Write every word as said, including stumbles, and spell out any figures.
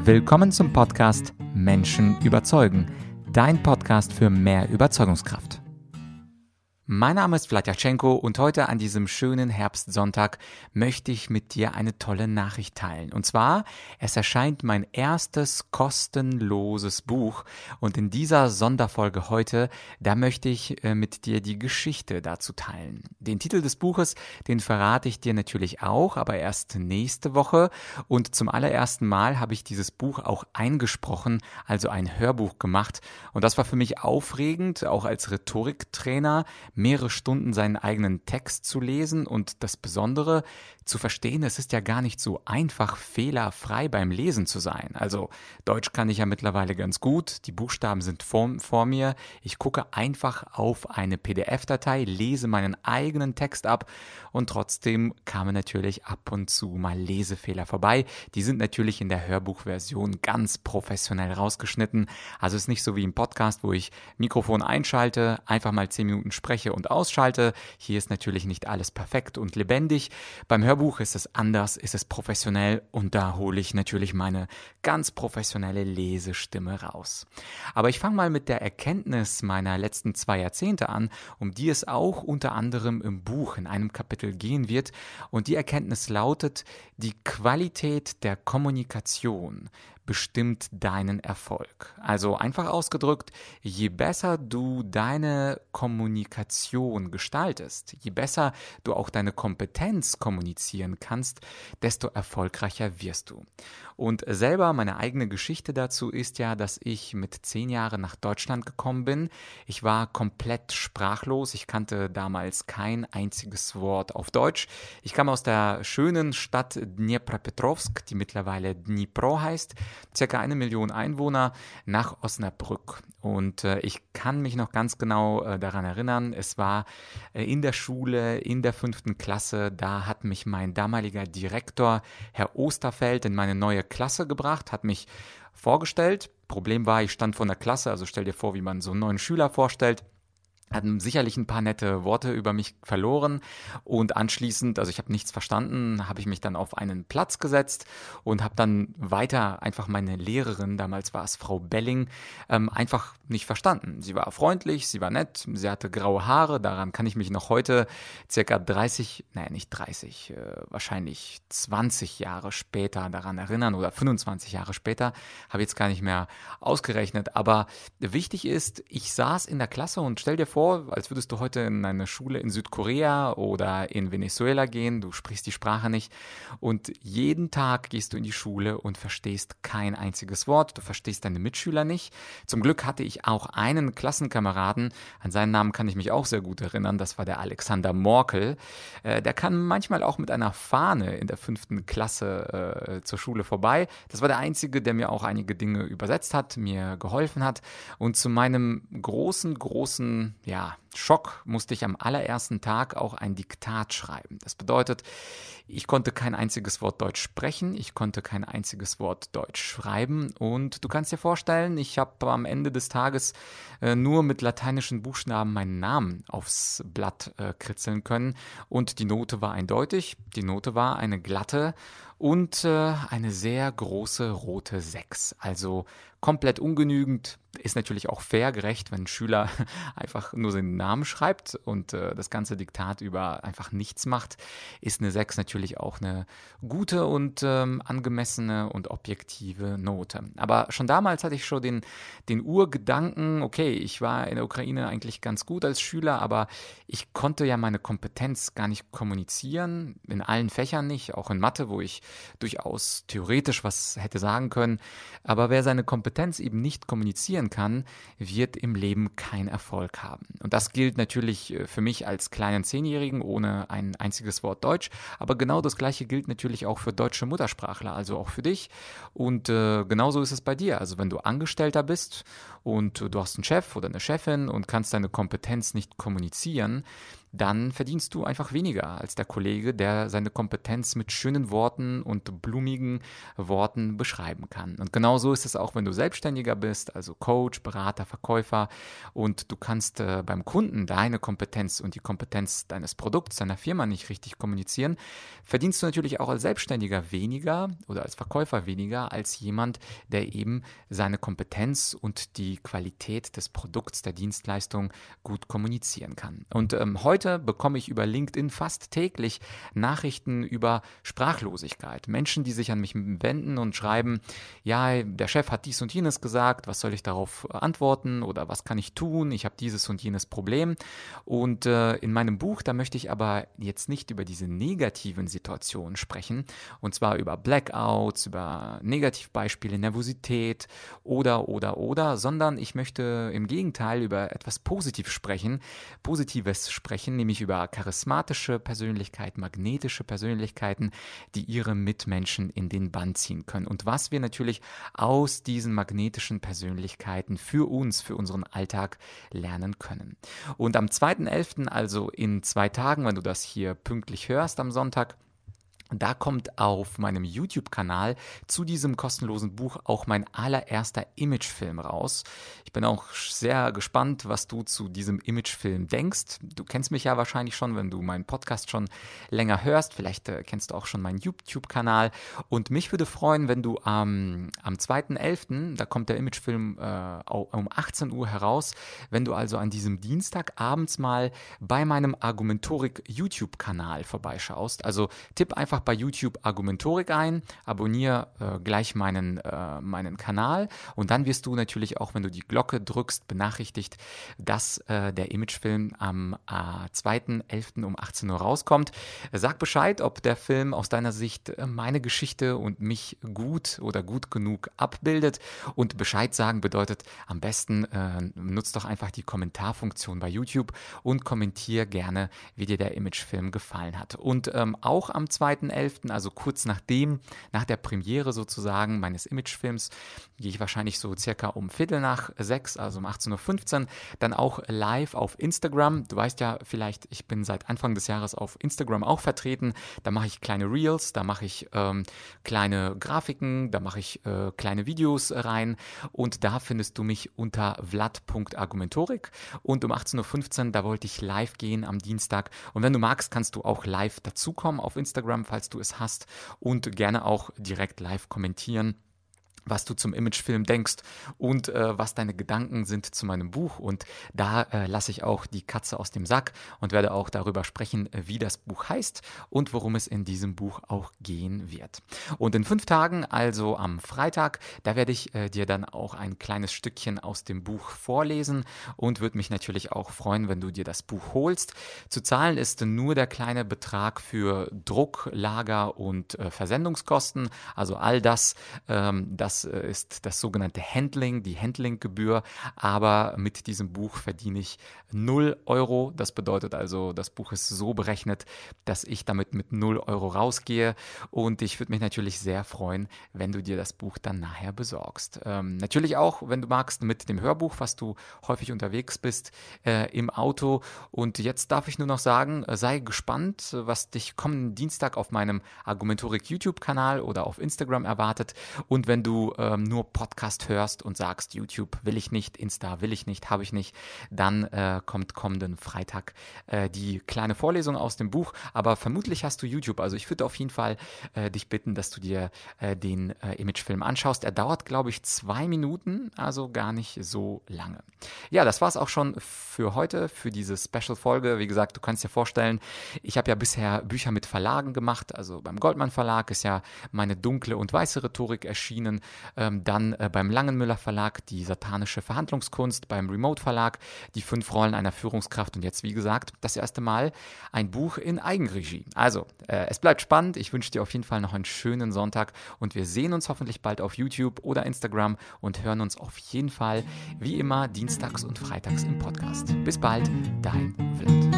Willkommen zum Podcast Menschen überzeugen, dein Podcast für mehr Überzeugungskraft. Mein Name ist Vladyachenko und heute an diesem schönen Herbstsonntag möchte ich mit dir eine tolle Nachricht teilen. Und zwar, es erscheint mein erstes kostenloses Buch und in dieser Sonderfolge heute, da möchte ich äh, mit dir die Geschichte dazu teilen. Den Titel des Buches, den verrate ich dir natürlich auch, aber erst nächste Woche. Und zum allerersten Mal habe ich dieses Buch auch eingesprochen, also ein Hörbuch gemacht. Und das war für mich aufregend, auch als Rhetoriktrainer, mehrere Stunden seinen eigenen Text zu lesen und das Besondere zu verstehen, es ist ja gar nicht so einfach, fehlerfrei beim Lesen zu sein. Also Deutsch kann ich ja mittlerweile ganz gut, die Buchstaben sind vor, vor mir, ich gucke einfach auf eine P D F-Datei, lese meinen eigenen Text ab und trotzdem kamen natürlich ab und zu mal Lesefehler vorbei. Die sind natürlich in der Hörbuchversion ganz professionell rausgeschnitten, also es ist nicht so wie im Podcast, wo ich Mikrofon einschalte, einfach mal zehn Minuten spreche und ausschalte. Hier ist natürlich nicht alles perfekt und lebendig. Beim Hörbuch ist es anders, ist es professionell und da hole ich natürlich meine ganz professionelle Lesestimme raus. Aber ich fange mal mit der Erkenntnis meiner letzten zwei Jahrzehnte an, um die es auch unter anderem im Buch in einem Kapitel gehen wird. Und die Erkenntnis lautet, die Qualität der Kommunikation bestimmt deinen Erfolg. Also einfach ausgedrückt, je besser du deine Kommunikation gestaltest, je besser du auch deine Kompetenz kommunizieren kannst, desto erfolgreicher wirst du. Und selber meine eigene Geschichte dazu ist ja, dass ich mit zehn Jahren nach Deutschland gekommen bin. Ich war komplett sprachlos. Ich kannte damals kein einziges Wort auf Deutsch. Ich kam aus der schönen Stadt Dnipropetrovsk, die mittlerweile Dnipro heißt, circa eine Million Einwohner, nach Osnabrück. Und äh, ich kann mich noch ganz genau äh, daran erinnern, es war äh, in der Schule, in der fünften Klasse, da hat mich mein damaliger Direktor, Herr Osterfeld, in meine neue Klasse gebracht, hat mich vorgestellt. Problem war, ich stand vor der Klasse, also stell dir vor, wie man so einen neuen Schüler vorstellt. Hatten sicherlich ein paar nette Worte über mich verloren und anschließend, also ich habe nichts verstanden, habe ich mich dann auf einen Platz gesetzt und habe dann weiter einfach meine Lehrerin, damals war es Frau Belling, ähm, einfach nicht verstanden. Sie war freundlich, sie war nett, sie hatte graue Haare, daran kann ich mich noch heute circa dreißig, naja nicht dreißig, äh, wahrscheinlich zwanzig Jahre später daran erinnern oder fünfundzwanzig Jahre später, habe jetzt gar nicht mehr ausgerechnet, aber wichtig ist, ich saß in der Klasse und stell dir vor, als würdest du heute in eine Schule in Südkorea oder in Venezuela gehen, du sprichst die Sprache nicht und jeden Tag gehst du in die Schule und verstehst kein einziges Wort, du verstehst deine Mitschüler nicht. Zum Glück hatte ich auch einen Klassenkameraden, an seinen Namen kann ich mich auch sehr gut erinnern, das war der Alexander Morkel. Äh, der kam manchmal auch mit einer Fahne in der fünften Klasse äh, zur Schule vorbei. Das war der Einzige, der mir auch einige Dinge übersetzt hat, mir geholfen hat und zu meinem großen, großen ja, Schock musste ich am allerersten Tag auch ein Diktat schreiben. Das bedeutet, ich konnte kein einziges Wort Deutsch sprechen, ich konnte kein einziges Wort Deutsch schreiben und du kannst dir vorstellen, ich habe am Ende des Tages äh, nur mit lateinischen Buchstaben meinen Namen aufs Blatt äh, kritzeln können und die Note war eindeutig, die Note war eine glatte und äh, eine sehr große rote sechs, also komplett ungenügend, ist natürlich auch fair gerecht, wenn ein Schüler einfach nur seinen Namen schreibt und äh, das ganze Diktat über einfach nichts macht, ist eine sechs natürlich auch eine gute und ähm, angemessene und objektive Note. Aber schon damals hatte ich schon den, den Urgedanken, okay, ich war in der Ukraine eigentlich ganz gut als Schüler, aber ich konnte ja meine Kompetenz gar nicht kommunizieren, in allen Fächern nicht, auch in Mathe, wo ich durchaus theoretisch was hätte sagen können, aber wer seine Kompetenz eben nicht kommunizieren kann, wird im Leben keinen Erfolg haben. Und das gilt natürlich für mich als kleinen Zehnjährigen ohne ein einziges Wort Deutsch, aber genau das Gleiche gilt natürlich auch für deutsche Muttersprachler, also auch für dich. Und äh, genauso ist es bei dir. Also wenn du Angestellter bist und du hast einen Chef oder eine Chefin und kannst deine Kompetenz nicht kommunizieren, dann verdienst du einfach weniger als der Kollege, der seine Kompetenz mit schönen Worten und blumigen Worten beschreiben kann. Und genauso ist es auch, wenn du Selbstständiger bist, also Coach, Berater, Verkäufer, und du kannst äh, beim Kunden deine Kompetenz und die Kompetenz deines Produkts, deiner Firma nicht richtig kommunizieren, verdienst du natürlich auch als Selbstständiger weniger oder als Verkäufer weniger als jemand, der eben seine Kompetenz und die Qualität des Produkts, der Dienstleistung gut kommunizieren kann. Und ähm, heute bekomme ich über LinkedIn fast täglich Nachrichten über Sprachlosigkeit. Menschen, die sich an mich wenden und schreiben, ja, der Chef hat dies und jenes gesagt, was soll ich darauf antworten oder was kann ich tun? Ich habe dieses und jenes Problem. Und äh, in meinem Buch, da möchte ich aber jetzt nicht über diese negativen Situationen sprechen, und zwar über Blackouts, über Negativbeispiele, Nervosität oder, oder, oder, sondern ich möchte im Gegenteil über etwas Positives sprechen, Positives sprechen, nämlich über charismatische Persönlichkeiten, magnetische Persönlichkeiten, die ihre Mitmenschen in den Bann ziehen können. Und was wir natürlich aus diesen magnetischen Persönlichkeiten für uns, für unseren Alltag lernen können. Und am zweiten elften, also in zwei Tagen, wenn du das hier pünktlich hörst am Sonntag, da kommt auf meinem YouTube-Kanal zu diesem kostenlosen Buch auch mein allererster Imagefilm raus. Ich bin auch sehr gespannt, was du zu diesem Imagefilm denkst. Du kennst mich ja wahrscheinlich schon, wenn du meinen Podcast schon länger hörst. Vielleicht äh, kennst du auch schon meinen YouTube-Kanal. Und mich würde freuen, wenn du ähm, am zweiten elften, da kommt der Imagefilm äh, um achtzehn Uhr heraus, wenn du also an diesem Dienstag abends mal bei meinem Argumentorik-YouTube-Kanal vorbeischaust. Also tipp einfach bei YouTube Argumentorik ein, abonniere äh, gleich meinen, äh, meinen Kanal und dann wirst du natürlich auch, wenn du die Glocke drückst, benachrichtigt, dass äh, der Imagefilm am äh, zweiten elften um achtzehn Uhr rauskommt. Sag Bescheid, ob der Film aus deiner Sicht äh, meine Geschichte und mich gut oder gut genug abbildet, und Bescheid sagen bedeutet am besten, äh, nutzt doch einfach die Kommentarfunktion bei YouTube und kommentier gerne, wie dir der Imagefilm gefallen hat. Und ähm, auch am zweiten elften, also kurz nachdem, nach der Premiere sozusagen meines Imagefilms, gehe ich wahrscheinlich so circa um Viertel nach sechs, also um achtzehn Uhr fünfzehn, dann auch live auf Instagram. Du weißt ja vielleicht, ich bin seit Anfang des Jahres auf Instagram auch vertreten. Da mache ich kleine Reels, da mache ich ähm, kleine Grafiken, da mache ich äh, kleine Videos rein, und da findest du mich unter vlad punkt argumentorik, und um achtzehn Uhr fünfzehn, da wollte ich live gehen am Dienstag, und wenn du magst, kannst du auch live dazukommen auf Instagram, falls du es hast, und gerne auch direkt live kommentieren, was du zum Imagefilm denkst und äh, was deine Gedanken sind zu meinem Buch. Und da äh, lasse ich auch die Katze aus dem Sack und werde auch darüber sprechen, wie das Buch heißt und worum es in diesem Buch auch gehen wird. Und in fünf Tagen, also am Freitag, da werde ich äh, dir dann auch ein kleines Stückchen aus dem Buch vorlesen und würde mich natürlich auch freuen, wenn du dir das Buch holst. Zu zahlen ist nur der kleine Betrag für Druck, Lager und äh, Versendungskosten, also all das, ähm, das ist das sogenannte Handling, die Handlinggebühr, aber mit diesem Buch verdiene ich null Euro. Das bedeutet also, das Buch ist so berechnet, dass ich damit mit null Euro rausgehe, und ich würde mich natürlich sehr freuen, wenn du dir das Buch dann nachher besorgst. Ähm, natürlich auch, wenn du magst, mit dem Hörbuch, was du häufig unterwegs bist, äh, im Auto. Und jetzt darf ich nur noch sagen, sei gespannt, was dich kommenden Dienstag auf meinem Argumentorik YouTube-Kanal oder auf Instagram erwartet, und wenn du ähm, nur Podcast hörst und sagst, YouTube will ich nicht, Insta will ich nicht, habe ich nicht, dann äh, kommt kommenden Freitag äh, die kleine Vorlesung aus dem Buch, aber vermutlich hast du YouTube, also ich würde auf jeden Fall äh, dich bitten, dass du dir äh, den äh, Imagefilm anschaust. Er dauert, glaube ich, zwei Minuten, also gar nicht so lange. Ja, das war es auch schon für heute, für diese Special-Folge. Wie gesagt, du kannst dir vorstellen, ich habe ja bisher Bücher mit Verlagen gemacht, also beim Goldmann Verlag ist ja meine dunkle und weiße Rhetorik erschienen, Ähm, dann äh, beim Langenmüller Verlag die satanische Verhandlungskunst, beim Remote Verlag die fünf Rollen einer Führungskraft, und jetzt, wie gesagt, das erste Mal ein Buch in Eigenregie. Also, äh, es bleibt spannend. Ich wünsche dir auf jeden Fall noch einen schönen Sonntag, und wir sehen uns hoffentlich bald auf YouTube oder Instagram und hören uns auf jeden Fall wie immer dienstags und freitags im Podcast. Bis bald, dein Vlad.